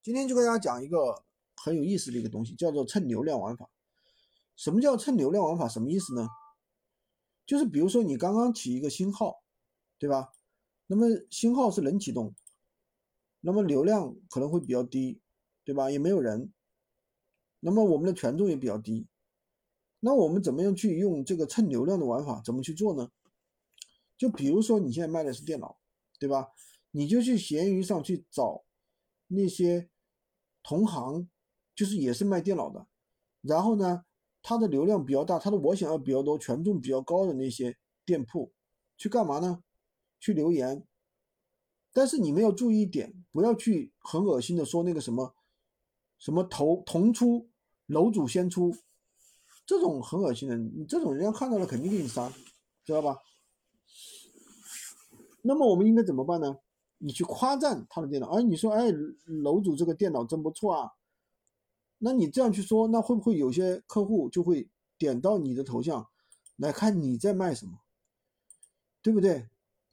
今天就跟大家讲一个很有意思的一个东西，叫做蹭流量玩法。什么叫蹭流量玩法？什么意思呢？就是比如说你刚刚起一个新号，对吧？那么新号是冷启动，那么流量可能会比较低，对吧？也没有人，那么我们的权重也比较低。那我们怎么样去用这个蹭流量的玩法？怎么去做呢？就比如说你现在卖的是电脑，对吧？你就去闲鱼上去找那些同行，就是也是卖电脑的，然后呢，它的流量比较大，它的我想要比较多，权重比较高的那些店铺，去干嘛呢？去留言。但是你们要注意一点，不要去很恶心的说那个什么同出楼主先出，这种很恶心的，你这种人家看到了肯定给你删，知道吧？那么我们应该怎么办呢？你去夸赞他的电脑，你说，楼主这个电脑真不错啊。那你这样去说，那会不会有些客户就会点到你的头像来看你在卖什么，对不对？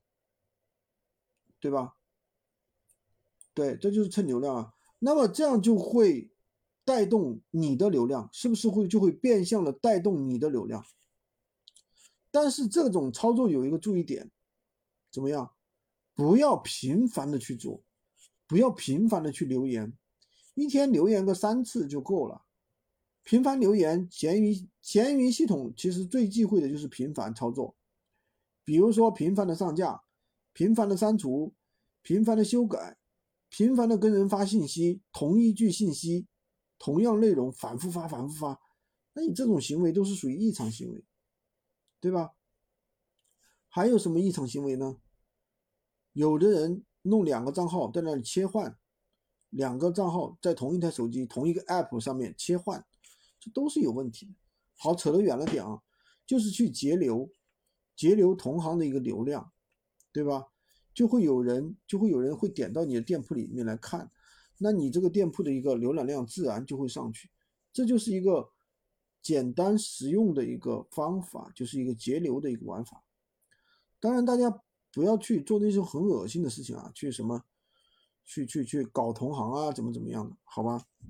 对吧？对，这就是蹭流量啊。那么这样就会带动你的流量，是不是就会变相的带动你的流量？但是这种操作有一个注意点，怎么样？不要频繁的去做，不要频繁的去留言，一天留言个3次就够了。频繁留言，闲鱼系统其实最忌讳的就是频繁操作，比如说频繁的上架、频繁的删除、频繁的修改、频繁的跟人发信息，同一句信息、同样内容反复发、反复发，那你这种行为都是属于异常行为，对吧？还有什么异常行为呢？有的人弄2个账号在那里切换，2个账号在同一台手机、同一个 app 上面切换，这都是有问题的。好，扯得远了点啊，就是去截流同行的一个流量，对吧？就会有人会点到你的店铺里面来看，那你这个店铺的一个浏览量自然就会上去。这就是一个简单实用的一个方法，就是一个截流的一个玩法。当然，大家不要去做那些很恶心的事情啊，去什么，去搞同行啊，怎么样的，好吧？